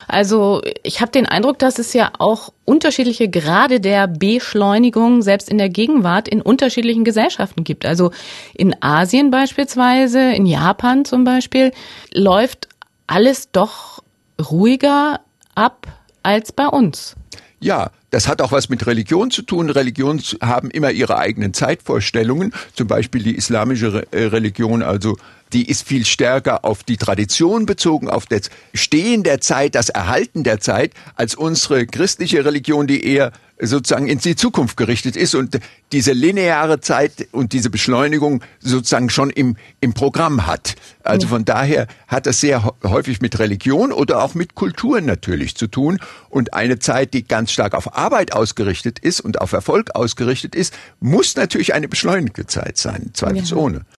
Also ich habe den Eindruck, dass es ja auch unterschiedliche Grade der Beschleunigung selbst in der Gegenwart in unterschiedlichen Gesellschaften gibt. Also in Asien beispielsweise, in Japan zum Beispiel, läuft alles doch ruhiger ab als bei uns. Ja, das hat auch was mit Religion zu tun. Religionen haben immer ihre eigenen Zeitvorstellungen. Zum Beispiel die islamische Religion, also die ist viel stärker auf die Tradition bezogen, auf das Stehen der Zeit, das Erhalten der Zeit, als unsere christliche Religion, die eher sozusagen in die Zukunft gerichtet ist und diese lineare Zeit und diese Beschleunigung sozusagen schon im Programm hat. Also von daher hat das sehr häufig mit Religion oder auch mit Kulturen natürlich zu tun. Und eine Zeit, die ganz stark auf Arbeit ausgerichtet ist und auf Erfolg ausgerichtet ist, muss natürlich eine beschleunigte Zeit sein, zweifelsohne. Ja.